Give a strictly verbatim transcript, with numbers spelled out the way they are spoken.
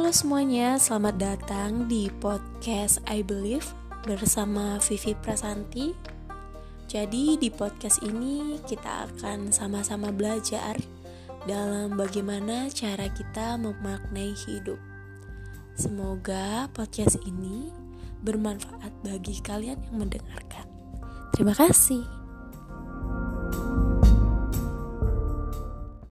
Halo semuanya, selamat datang di podcast I Believe bersama Vivi Prasanti. Jadi di podcast ini kita akan sama-sama belajar dalam bagaimana cara kita memaknai hidup. Semoga podcast ini bermanfaat bagi kalian yang mendengarkan. Terima kasih.